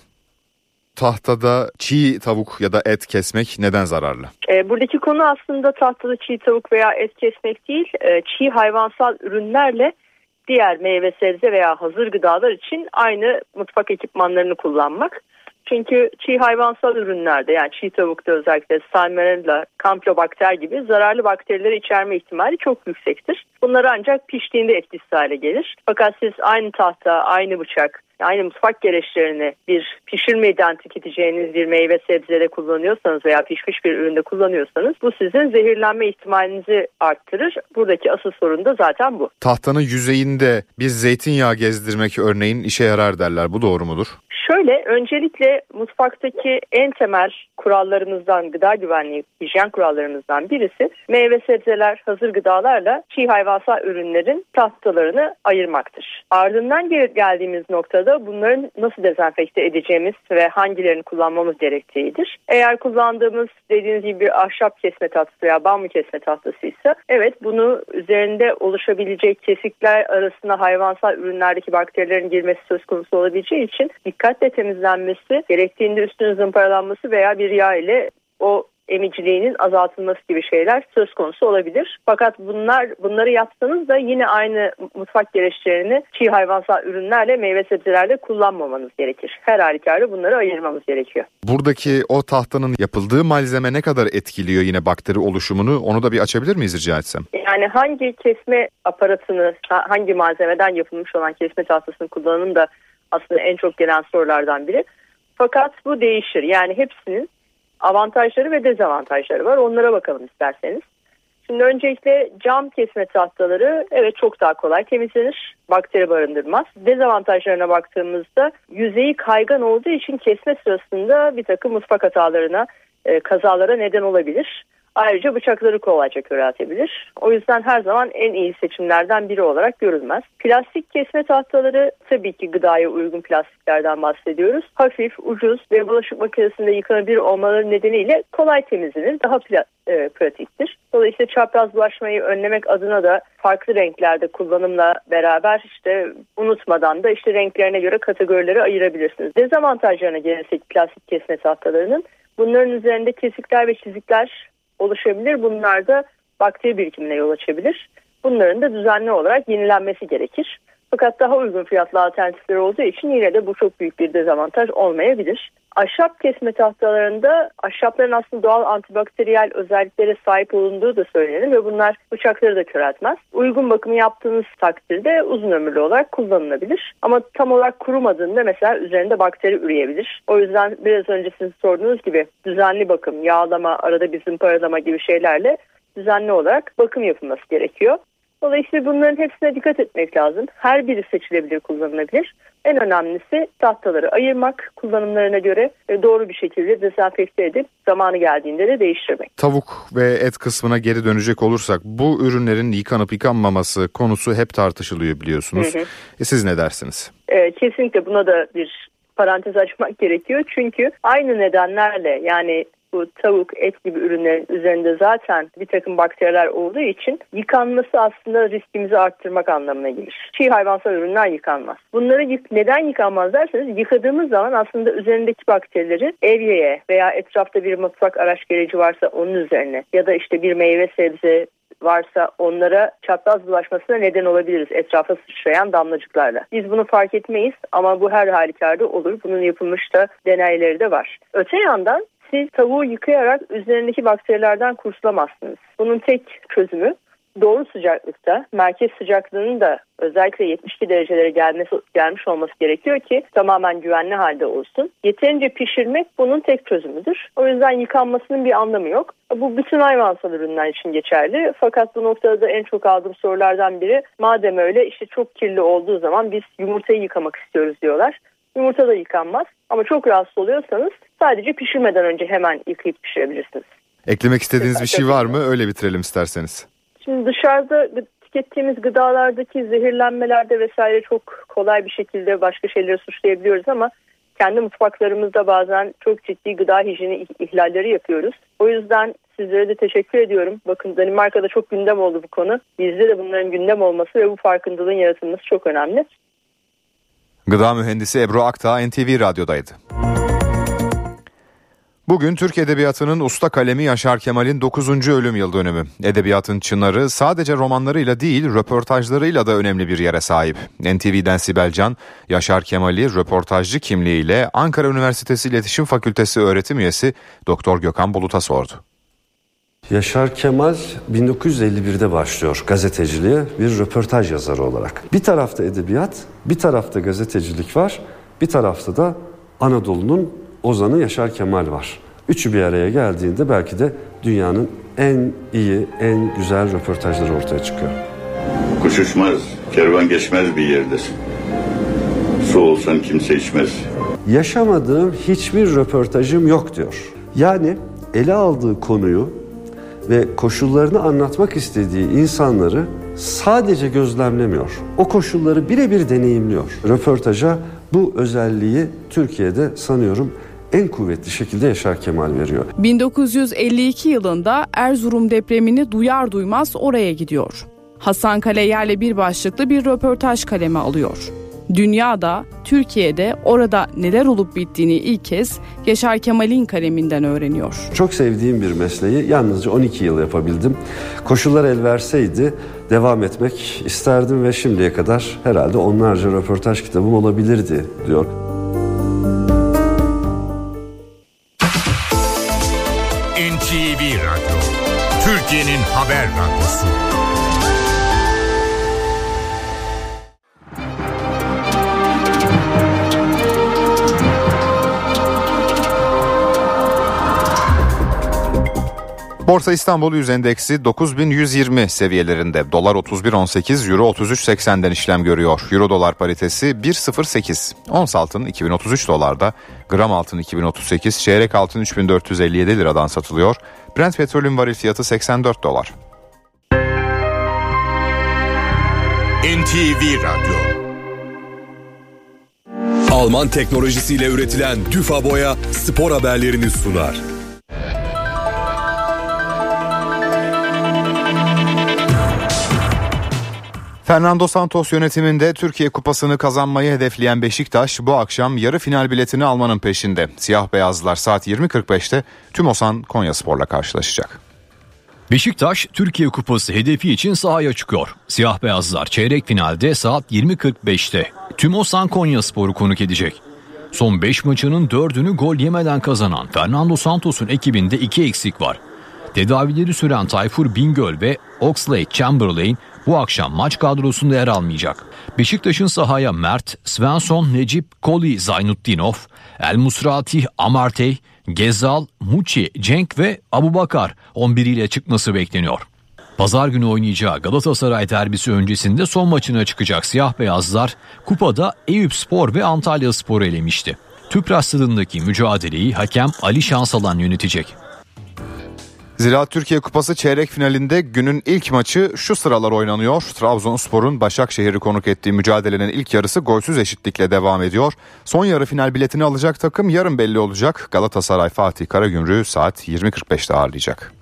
Tahtada çiğ tavuk ya da et kesmek neden zararlı? E, buradaki konu aslında tahtada çiğ tavuk veya et kesmek değil, e, çiğ hayvansal ürünlerle diğer meyve, sebze veya hazır gıdalar için aynı mutfak ekipmanlarını kullanmak. Çünkü çiğ hayvansal ürünlerde, yani çiğ tavukta özellikle salmonella, kampilobakter gibi zararlı bakterileri içerme ihtimali çok yüksektir. Bunlar ancak piştiğinde etkisiz hale gelir. Fakat siz aynı tahta, aynı bıçak, aynı mutfak gereçlerini bir pişirmeden tüketeceğiniz bir meyve sebzede kullanıyorsanız veya pişmiş bir üründe kullanıyorsanız bu sizin zehirlenme ihtimalinizi arttırır. Buradaki asıl sorun da zaten bu. Tahtanın yüzeyinde bir zeytinyağı gezdirmek örneğin işe yarar derler. Bu doğru mudur? Şöyle, öncelikle mutfaktaki en temel kurallarımızdan, gıda güvenliği, hijyen kurallarımızdan birisi meyve, sebzeler, hazır gıdalarla çiğ hayvansal ürünlerin tahtalarını ayırmaktır. Ardından geldiğimiz noktada bunların nasıl dezenfekte edeceğimiz ve hangilerini kullanmamız gerektiğidir. Eğer kullandığımız dediğiniz gibi bir ahşap kesme tahtası veya bambu kesme tahtasıysa evet, bunu üzerinde oluşabilecek kesikler arasında hayvansal ürünlerdeki bakterilerin girmesi söz konusu olabileceği için dikkatle temizlenmesi, gerektiğinde üstünün zımparalanması veya bir yağ ile o emiciliğinin azaltılması gibi şeyler söz konusu olabilir. Fakat bunlar bunları yapsanız da yine aynı mutfak gereçlerini çiğ hayvansal ürünlerle, meyve sebzelerle kullanmamanız gerekir. Her halükarda bunları ayırmamız gerekiyor. Buradaki o tahtanın yapıldığı malzeme ne kadar etkiliyor yine bakteri oluşumunu? Onu da bir açabilir miyiz rica etsem? Yani hangi kesme aparatını, hangi malzemeden yapılmış olan kesme tahtasını kullanım da aslında en çok gelen sorulardan biri. Fakat bu değişir. Yani hepsinin avantajları ve dezavantajları var. Onlara bakalım isterseniz. Şimdi öncelikle cam kesme tahtaları evet çok daha kolay temizlenir. Bakteri barındırmaz. Dezavantajlarına baktığımızda yüzeyi kaygan olduğu için kesme sırasında bir takım mutfak hatalarına, e, kazalara neden olabilir. Ayrıca bıçakları kolayca köreltebilir. O yüzden her zaman en iyi seçimlerden biri olarak görülmez. Plastik kesme tahtaları, tabii ki gıdaya uygun plastiklerden bahsediyoruz. Hafif, ucuz ve bulaşık makinesinde yıkanabilir olmaları nedeniyle kolay temizlenir, daha pla- e, pratiktir. Dolayısıyla çapraz bulaşmayı önlemek adına da farklı renklerde kullanımla beraber işte unutmadan da işte renklerine göre kategorilere ayırabilirsiniz. Dezavantajlarına gelirsek plastik kesme tahtalarının, bunların üzerinde kesikler ve çizikler oluşabilir. Bunlar da bakteri birikimine yol açabilir. Bunların da düzenli olarak yenilenmesi gerekir. Fakat daha uygun fiyatlı alternatifler olduğu için yine de bu çok büyük bir dezavantaj olmayabilir. Ahşap kesme tahtalarında ahşapların aslında doğal antibakteriyel özelliklere sahip olunduğu da söylenir ve bunlar bıçakları da köreltmez. Uygun bakımı yaptığınız takdirde uzun ömürlü olarak kullanılabilir. Ama tam olarak kurumadığında mesela üzerinde bakteri üreyebilir. O yüzden biraz önce sizin sorduğunuz gibi düzenli bakım, yağlama, arada bir zımparalama gibi şeylerle düzenli olarak bakım yapılması gerekiyor. Dolayısıyla bunların hepsine dikkat etmek lazım. Her biri seçilebilir, kullanılabilir. En önemlisi tahtaları ayırmak, kullanımlarına göre doğru bir şekilde dezenfekte edip zamanı geldiğinde de değiştirmek. Tavuk ve et kısmına geri dönecek olursak bu ürünlerin yıkanıp yıkanmaması konusu hep tartışılıyor biliyorsunuz. Hı hı. E siz ne dersiniz? Ee, kesinlikle buna da bir parantez açmak gerekiyor. Çünkü aynı nedenlerle, yani bu tavuk, et gibi ürünlerin üzerinde zaten bir takım bakteriler olduğu için yıkanması aslında riskimizi arttırmak anlamına gelir. Çiğ hayvansal ürünler yıkanmaz. Bunları yık- neden yıkanmaz derseniz, yıkadığımız zaman aslında üzerindeki bakterileri evyeye veya etrafta bir mutfak araç gereci varsa onun üzerine ya da işte bir meyve sebze varsa onlara çapraz bulaşmasına neden olabiliriz etrafa sıçrayan damlacıklarla. Biz bunu fark etmeyiz ama bu her halükarda olur. Bunun yapılmış da deneyleri de var. Öte yandan siz tavuğu yıkayarak üzerindeki bakterilerden kurtulamazsınız. Bunun tek çözümü doğru sıcaklıkta, merkez sıcaklığının da özellikle yetmiş iki derecelere gelmesi, gelmiş olması gerekiyor ki tamamen güvenli halde olsun. Yeterince pişirmek bunun tek çözümüdür. O yüzden yıkanmasının bir anlamı yok. Bu bütün hayvansal ürünler için geçerli. Fakat bu noktada da en çok aldığım sorulardan biri, madem öyle işte çok kirli olduğu zaman biz yumurtayı yıkamak istiyoruz diyorlar. Yumurta da yıkanmaz ama çok rahatsız oluyorsanız sadece pişirmeden önce hemen yıkayıp pişirebilirsiniz. Eklemek istediğiniz bir şey var mı? Öyle bitirelim isterseniz. Şimdi dışarıda tükettiğimiz gıdalardaki zehirlenmelerde vesaire çok kolay bir şekilde başka şeyleri suçlayabiliyoruz ama kendi mutfaklarımızda bazen çok ciddi gıda hijyeni ihlalleri yapıyoruz. O yüzden sizlere de teşekkür ediyorum. Bakın Danimarka'da çok gündem oldu bu konu. Bizde de bunların gündem olması ve bu farkındalığın yaratılması çok önemli. Gıda mühendisi Ebru Akdağ N T V Radyo'daydı. Bugün Türk Edebiyatı'nın usta kalemi Yaşar Kemal'in dokuzuncu ölüm yıl dönümü. Edebiyatın çınarı sadece romanlarıyla değil, röportajlarıyla da önemli bir yere sahip. N T V'den Sibel Can, Yaşar Kemal'i röportajcı kimliğiyle Ankara Üniversitesi İletişim Fakültesi öğretim üyesi Doktor Gökhan Bulut'a sordu. Yaşar Kemal bin dokuz yüz elli birde başlıyor gazeteciliğe bir röportaj yazarı olarak. Bir tarafta edebiyat, bir tarafta gazetecilik var, bir tarafta da Anadolu'nun ozanı Yaşar Kemal var. Üçü bir araya geldiğinde belki de dünyanın en iyi, en güzel röportajları ortaya çıkıyor. Kuş uçmaz, kervan geçmez bir yerdesin. Su olsan kimse içmez. Yaşamadığım hiçbir röportajım yok diyor. Yani ele aldığı konuyu ve koşullarını anlatmak istediği insanları sadece gözlemlemiyor. O koşulları birebir deneyimliyor. Röportaja bu özelliği Türkiye'de sanıyorum en kuvvetli şekilde Yaşar Kemal veriyor. bin dokuz yüz elli iki yılında Erzurum depremini duyar duymaz oraya gidiyor. Hasankale yerle bir başlıklı bir röportaj kaleme alıyor. Dünyada, Türkiye'de orada neler olup bittiğini ilk kez Yaşar Kemal'in kaleminden öğreniyor. Çok sevdiğim bir mesleği yalnızca on iki yıl yapabildim. Koşullar el verseydi devam etmek isterdim ve şimdiye kadar herhalde onlarca röportaj kitabım olabilirdi diyor. N T V Radyo, Türkiye'nin haber radyosu. Borsa İstanbul Yüz Endeksi dokuz bin yüz yirmi seviyelerinde. Dolar otuz bir virgül on sekiz, Euro otuz üç virgül seksenden işlem görüyor. Euro dolar paritesi bir virgül sıfır sekiz. Ons altın iki bin otuz üç dolarda, gram altın iki bin otuz sekiz, çeyrek altın üç bin dört yüz elli yedi liradan satılıyor. Brent petrolün varil fiyatı seksen dört dolar. N T V Radyo. Alman teknolojisiyle üretilen Düfa Boya spor haberlerini sunar. Fernando Santos yönetiminde Türkiye Kupası'nı kazanmayı hedefleyen Beşiktaş bu akşam yarı final biletini almanın peşinde. Siyah beyazlılar saat yirmi kırk beşte Tümosan Konyaspor'la karşılaşacak. Beşiktaş Türkiye Kupası hedefi için sahaya çıkıyor. Siyah beyazlar çeyrek finalde saat yirmi kırk beşte Tümosan Konyaspor'u konuk edecek. Son beş maçının dördünü gol yemeden kazanan Fernando Santos'un ekibinde iki eksik var. Tedavileri süren Tayfur Bingöl ve Oxlade Chamberlain bu akşam maç kadrosunda yer almayacak. Beşiktaş'ın sahaya Mert, Svensson, Necip, Koli, Zaynutdinov, El Musrati, Amartey, Gezal, Muçi, Cenk ve Abubakar on bir ile çıkması bekleniyor. Pazar günü oynayacağı Galatasaray derbisi öncesinde son maçına çıkacak siyah beyazlar kupada Eyüpspor ve Antalyaspor'u elemişti. Tüpraş Stadı'ndaki mücadeleyi hakem Ali Şansalan yönetecek. Ziraat Türkiye Kupası çeyrek finalinde günün ilk maçı şu sıralar oynanıyor. Trabzonspor'un Başakşehir'i konuk ettiği mücadelenin ilk yarısı golsüz eşitlikle devam ediyor. Son yarı final biletini alacak takım yarın belli olacak. Galatasaray Fatih Karagümrük'ü saat yirmi kırk beşte ağırlayacak.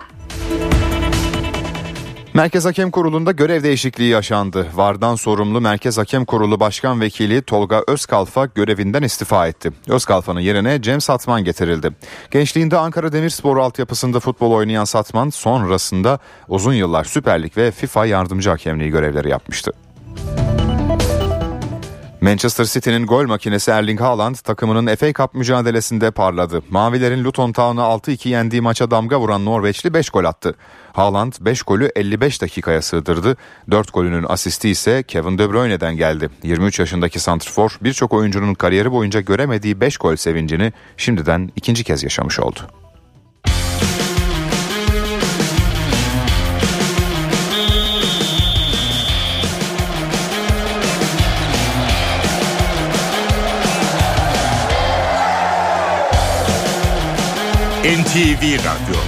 Merkez Hakem Kurulu'nda görev değişikliği yaşandı. VAR'dan sorumlu Merkez Hakem Kurulu Başkan Vekili Tolga Özkalfa görevinden istifa etti. Özkalfa'nın yerine Cem Satman getirildi. Gençliğinde Ankara Demirspor altyapısında futbol oynayan Satman sonrasında uzun yıllar Süper Lig ve FIFA yardımcı hakemliği görevleri yapmıştı. Manchester City'nin gol makinesi Erling Haaland takımının F A Cup mücadelesinde parladı. Mavilerin Luton Town'u altı iki yendiği maça damga vuran Norveçli beş gol attı. Haaland beş golü elli beş dakikaya sığdırdı. dört golünün asisti ise Kevin De Bruyne'den geldi. yirmi üç yaşındaki santrfor birçok oyuncunun kariyeri boyunca göremediği beş gol sevincini şimdiden ikinci kez yaşamış oldu. N T V Radyo.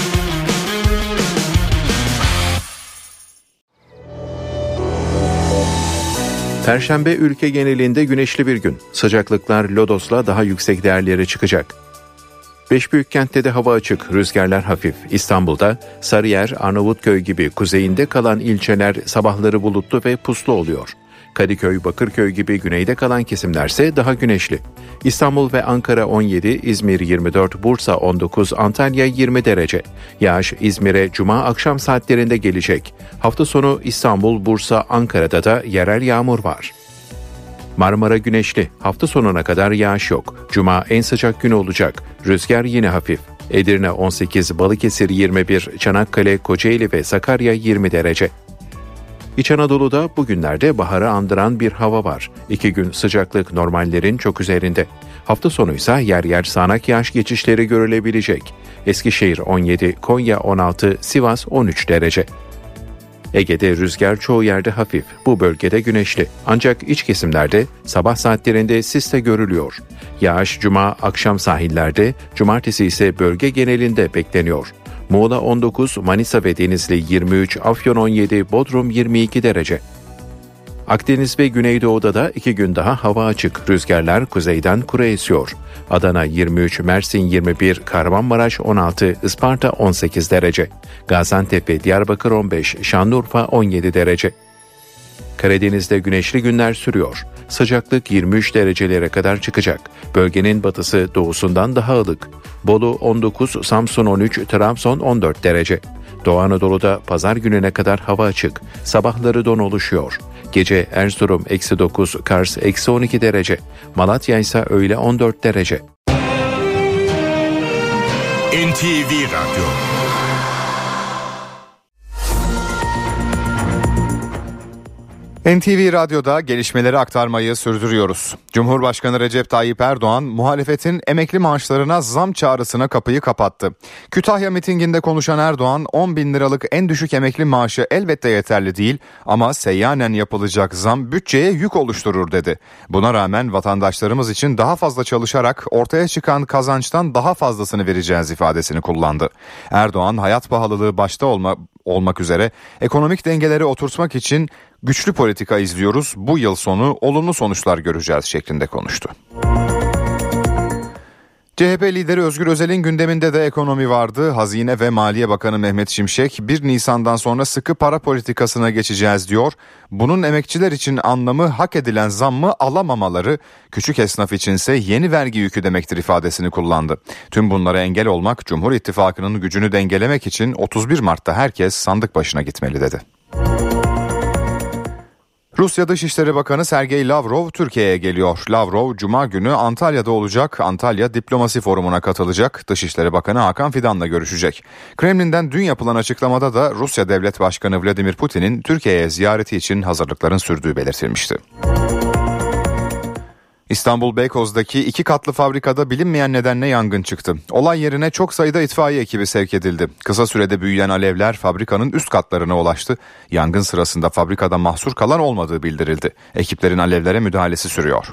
Perşembe ülke genelinde güneşli bir gün. Sıcaklıklar Lodos'la daha yüksek değerlere çıkacak. Beş büyük kentte de hava açık, rüzgarlar hafif. İstanbul'da Sarıyer, Arnavutköy gibi kuzeyinde kalan ilçeler sabahları bulutlu ve puslu oluyor. Kadıköy, Bakırköy gibi güneyde kalan kesimlerse daha güneşli. İstanbul ve Ankara on yedi, İzmir yirmi dört, Bursa on dokuz, Antalya yirmi derece. Yağış İzmir'e cuma akşam saatlerinde gelecek. Hafta sonu İstanbul, Bursa, Ankara'da da yerel yağmur var. Marmara güneşli. Hafta sonuna kadar yağış yok. Cuma en sıcak gün olacak. Rüzgar yine hafif. Edirne on sekiz, Balıkesir yirmi bir, Çanakkale, Kocaeli ve Sakarya yirmi derece. İç Anadolu'da bugünlerde baharı andıran bir hava var. İki gün sıcaklık normallerin çok üzerinde. Hafta sonu ise yer yer sağanak yağış geçişleri görülebilecek. Eskişehir on yedi, Konya on altı, Sivas on üç derece. Ege'de rüzgar çoğu yerde hafif. Bu bölgede güneşli. Ancak iç kesimlerde sabah saatlerinde sis de görülüyor. Yağış cuma akşam sahillerde, cumartesi ise bölge genelinde bekleniyor. Muğla on dokuz, Manisa ve Denizli yirmi üç, Afyon on yedi, Bodrum yirmi iki derece. Akdeniz ve Güneydoğu'da da iki gün daha hava açık. Rüzgarlar kuzeyden kuzeye esiyor. Adana yirmi üç, Mersin yirmi bir, Kahramanmaraş on altı, Isparta on sekiz derece. Gaziantep ve Diyarbakır on beş, Şanlıurfa on yedi derece. Karadeniz'de güneşli günler sürüyor. Sıcaklık yirmi üç derecelere kadar çıkacak. Bölgenin batısı doğusundan daha ılık. Bolu on dokuz, Samsun on üç, Trabzon on dört derece. Doğu Anadolu'da pazar gününe kadar hava açık. Sabahları don oluşuyor. Gece Erzurum eksi dokuz, Kars eksi on iki derece. Malatya ise öğle on dört derece. N T V Radyo. N T V Radyo'da gelişmeleri aktarmayı sürdürüyoruz. Cumhurbaşkanı Recep Tayyip Erdoğan, muhalefetin emekli maaşlarına zam çağrısına kapıyı kapattı. Kütahya mitinginde konuşan Erdoğan, on bin liralık en düşük emekli maaşı elbette yeterli değil ama seyyanen yapılacak zam bütçeye yük oluşturur dedi. Buna rağmen vatandaşlarımız için daha fazla çalışarak ortaya çıkan kazançtan daha fazlasını vereceğiz ifadesini kullandı. Erdoğan, hayat pahalılığı başta olma, olmak üzere ekonomik dengeleri oturtmak için güçlü politika izliyoruz. Bu yıl sonu olumlu sonuçlar göreceğiz şeklinde konuştu. C H P lideri Özgür Özel'in gündeminde de ekonomi vardı. Hazine ve Maliye Bakanı Mehmet Şimşek, bir Nisan'dan sonra sıkı para politikasına geçeceğiz diyor. Bunun emekçiler için anlamı hak edilen zammı alamamaları, küçük esnaf içinse yeni vergi yükü demektir ifadesini kullandı. Tüm bunlara engel olmak, Cumhur İttifakı'nın gücünü dengelemek için otuz bir Mart'ta herkes sandık başına gitmeli dedi. Rusya Dışişleri Bakanı Sergey Lavrov Türkiye'ye geliyor. Lavrov Cuma günü Antalya'da olacak. Antalya Diplomasi Forumu'na katılacak. Dışişleri Bakanı Hakan Fidan'la görüşecek. Kremlin'den dün yapılan açıklamada da Rusya Devlet Başkanı Vladimir Putin'in Türkiye'ye ziyareti için hazırlıkların sürdüğü belirtilmişti. İstanbul Beykoz'daki iki katlı fabrikada bilinmeyen nedenle yangın çıktı. Olay yerine çok sayıda itfaiye ekibi sevk edildi. Kısa sürede büyüyen alevler fabrikanın üst katlarına ulaştı. Yangın sırasında fabrikada mahsur kalan olmadığı bildirildi. Ekiplerin alevlere müdahalesi sürüyor.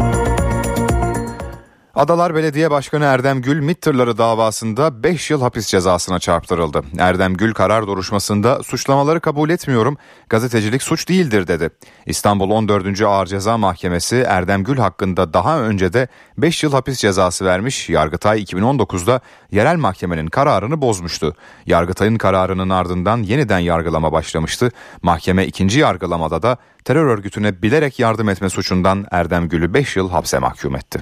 Adalar Belediye Başkanı Erdem Gül, MİT tırları davasında beş yıl hapis cezasına çarptırıldı. Erdem Gül karar duruşmasında suçlamaları kabul etmiyorum, gazetecilik suç değildir dedi. İstanbul on dördüncü Ağır Ceza Mahkemesi Erdem Gül hakkında daha önce de beş yıl hapis cezası vermiş. Yargıtay iki bin on dokuzda yerel mahkemenin kararını bozmuştu. Yargıtay'ın kararının ardından yeniden yargılama başlamıştı. Mahkeme ikinci yargılamada da terör örgütüne bilerek yardım etme suçundan Erdem Gül'ü beş yıl hapse mahkum etti.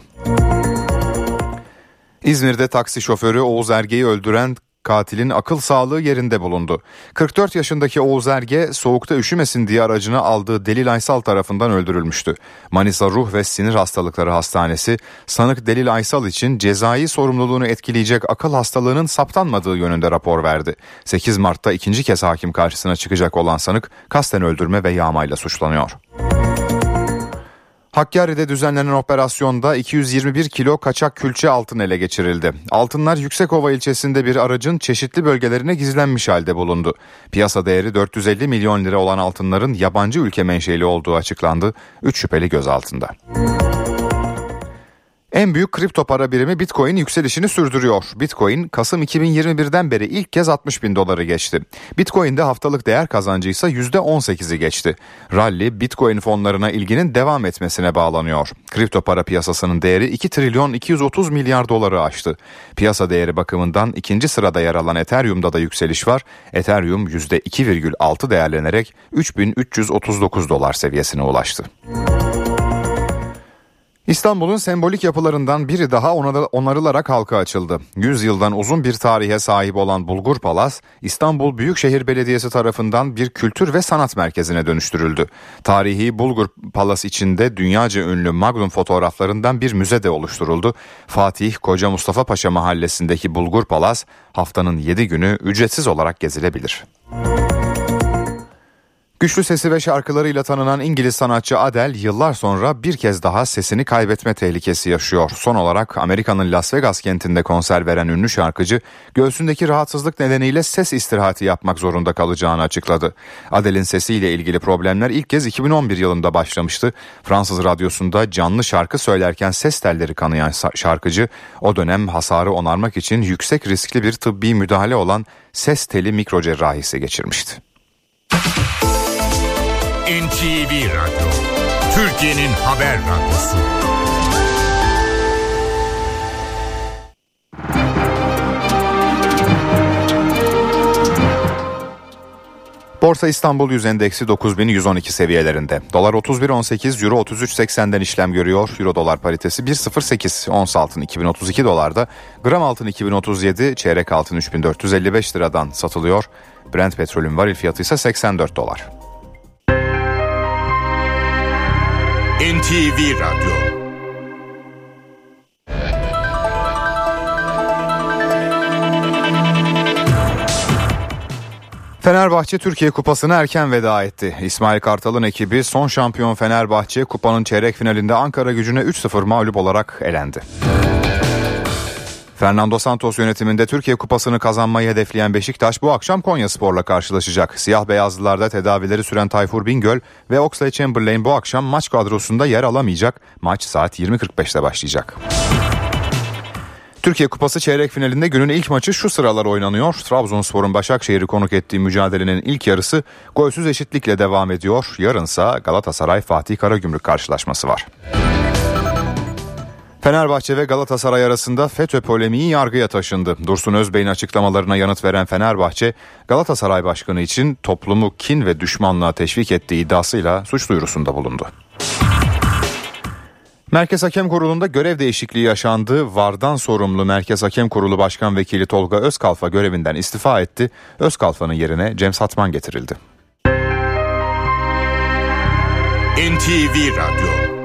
İzmir'de taksi şoförü Oğuz Erge'yi öldüren katilin akıl sağlığı yerinde bulundu. kırk dört yaşındaki Oğuz Erge soğukta üşümesin diye aracına aldığı Delil Aysal tarafından öldürülmüştü. Manisa Ruh ve Sinir Hastalıkları Hastanesi, sanık Delil Aysal için cezai sorumluluğunu etkileyecek akıl hastalığının saptanmadığı yönünde rapor verdi. sekiz Mart'ta ikinci kez hakim karşısına çıkacak olan sanık kasten öldürme ve yağmayla suçlanıyor. Hakkari'de düzenlenen operasyonda iki yüz yirmi bir kilo kaçak külçe altın ele geçirildi. Altınlar Yüksekova ilçesinde bir aracın çeşitli bölgelerine gizlenmiş halde bulundu. Piyasa değeri dört yüz elli milyon lira olan altınların yabancı ülke menşeli olduğu açıklandı. üç şüpheli gözaltında. En büyük kripto para birimi Bitcoin yükselişini sürdürüyor. Bitcoin Kasım iki bin yirmi birden beri ilk kez altmış bin doları geçti. Bitcoin'de haftalık değer kazancı ise yüzde on sekizi geçti. Rally Bitcoin fonlarına ilginin devam etmesine bağlanıyor. Kripto para piyasasının değeri iki trilyon iki yüz otuz milyar doları aştı. Piyasa değeri bakımından ikinci sırada yer alan Ethereum'da da yükseliş var. Ethereum yüzde iki virgül altı değerlenerek üç bin üç yüz otuz dokuz dolar seviyesine ulaştı. İstanbul'un sembolik yapılarından biri daha onarılarak halka açıldı. yüz yıldan uzun bir tarihe sahip olan Bulgur Palas, İstanbul Büyükşehir Belediyesi tarafından bir kültür ve sanat merkezine dönüştürüldü. Tarihi Bulgur Palas içinde dünyaca ünlü Magnum fotoğraflarından bir müze de oluşturuldu. Fatih Koca Mustafa Paşa mahallesindeki Bulgur Palas haftanın yedi günü ücretsiz olarak gezilebilir. Güçlü sesi ve şarkılarıyla tanınan İngiliz sanatçı Adele yıllar sonra bir kez daha sesini kaybetme tehlikesi yaşıyor. Son olarak Amerika'nın Las Vegas kentinde konser veren ünlü şarkıcı göğsündeki rahatsızlık nedeniyle ses istirahati yapmak zorunda kalacağını açıkladı. Adele'in sesiyle ilgili problemler ilk kez iki bin on bir yılında başlamıştı. Fransız radyosunda canlı şarkı söylerken ses telleri kanayan şarkıcı o dönem hasarı onarmak için yüksek riskli bir tıbbi müdahale olan ses teli mikrocerrahisi geçirmişti. N T V Radyo, Türkiye'nin haber radyosu. Borsa İstanbul Yüz Endeksi dokuz bin yüz on iki seviyelerinde. Dolar otuz bir on sekiz, Euro otuz üç seksenden işlem görüyor. Euro dolar paritesi bir virgül sıfır sekiz. Ons altın iki bin otuz iki dolarda. Gram altın iki bin otuz yedi, çeyrek altın üç bin dört yüz elli beş liradan satılıyor. Brent petrolün varil fiyatı ise seksen dört dolar. N T V Radyo. Fenerbahçe Türkiye Kupası'na erken veda etti. İsmail Kartal'ın ekibi son şampiyon Fenerbahçe kupanın çeyrek finalinde Ankaragücü'ne üç sıfır mağlup olarak elendi. Fernando Santos yönetiminde Türkiye Kupası'nı kazanmayı hedefleyen Beşiktaş bu akşam Konyaspor'la karşılaşacak. Siyah beyazlılarda tedavileri süren Tayfur Bingöl ve Oxlade-Chamberlain bu akşam maç kadrosunda yer alamayacak. Maç saat yirmi kırk beşte başlayacak. Türkiye Kupası çeyrek finalinde günün ilk maçı şu sıralar oynanıyor. Trabzonspor'un Başakşehir'i konuk ettiği mücadelenin ilk yarısı golsüz eşitlikle devam ediyor. Yarınsa Galatasaray Fatih Karagümrük karşılaşması var. Fenerbahçe ve Galatasaray arasında FETÖ polemiği yargıya taşındı. Dursun Özbey'in açıklamalarına yanıt veren Fenerbahçe, Galatasaray Başkanı için toplumu kin ve düşmanlığa teşvik ettiği iddiasıyla suç duyurusunda bulundu. Merkez Hakem Kurulu'nda görev değişikliği yaşandı. VAR'dan sorumlu Merkez Hakem Kurulu Başkan Vekili Tolga Özkalfa görevinden istifa etti. Özkalfa'nın yerine Cem Satman getirildi. N T V Radyo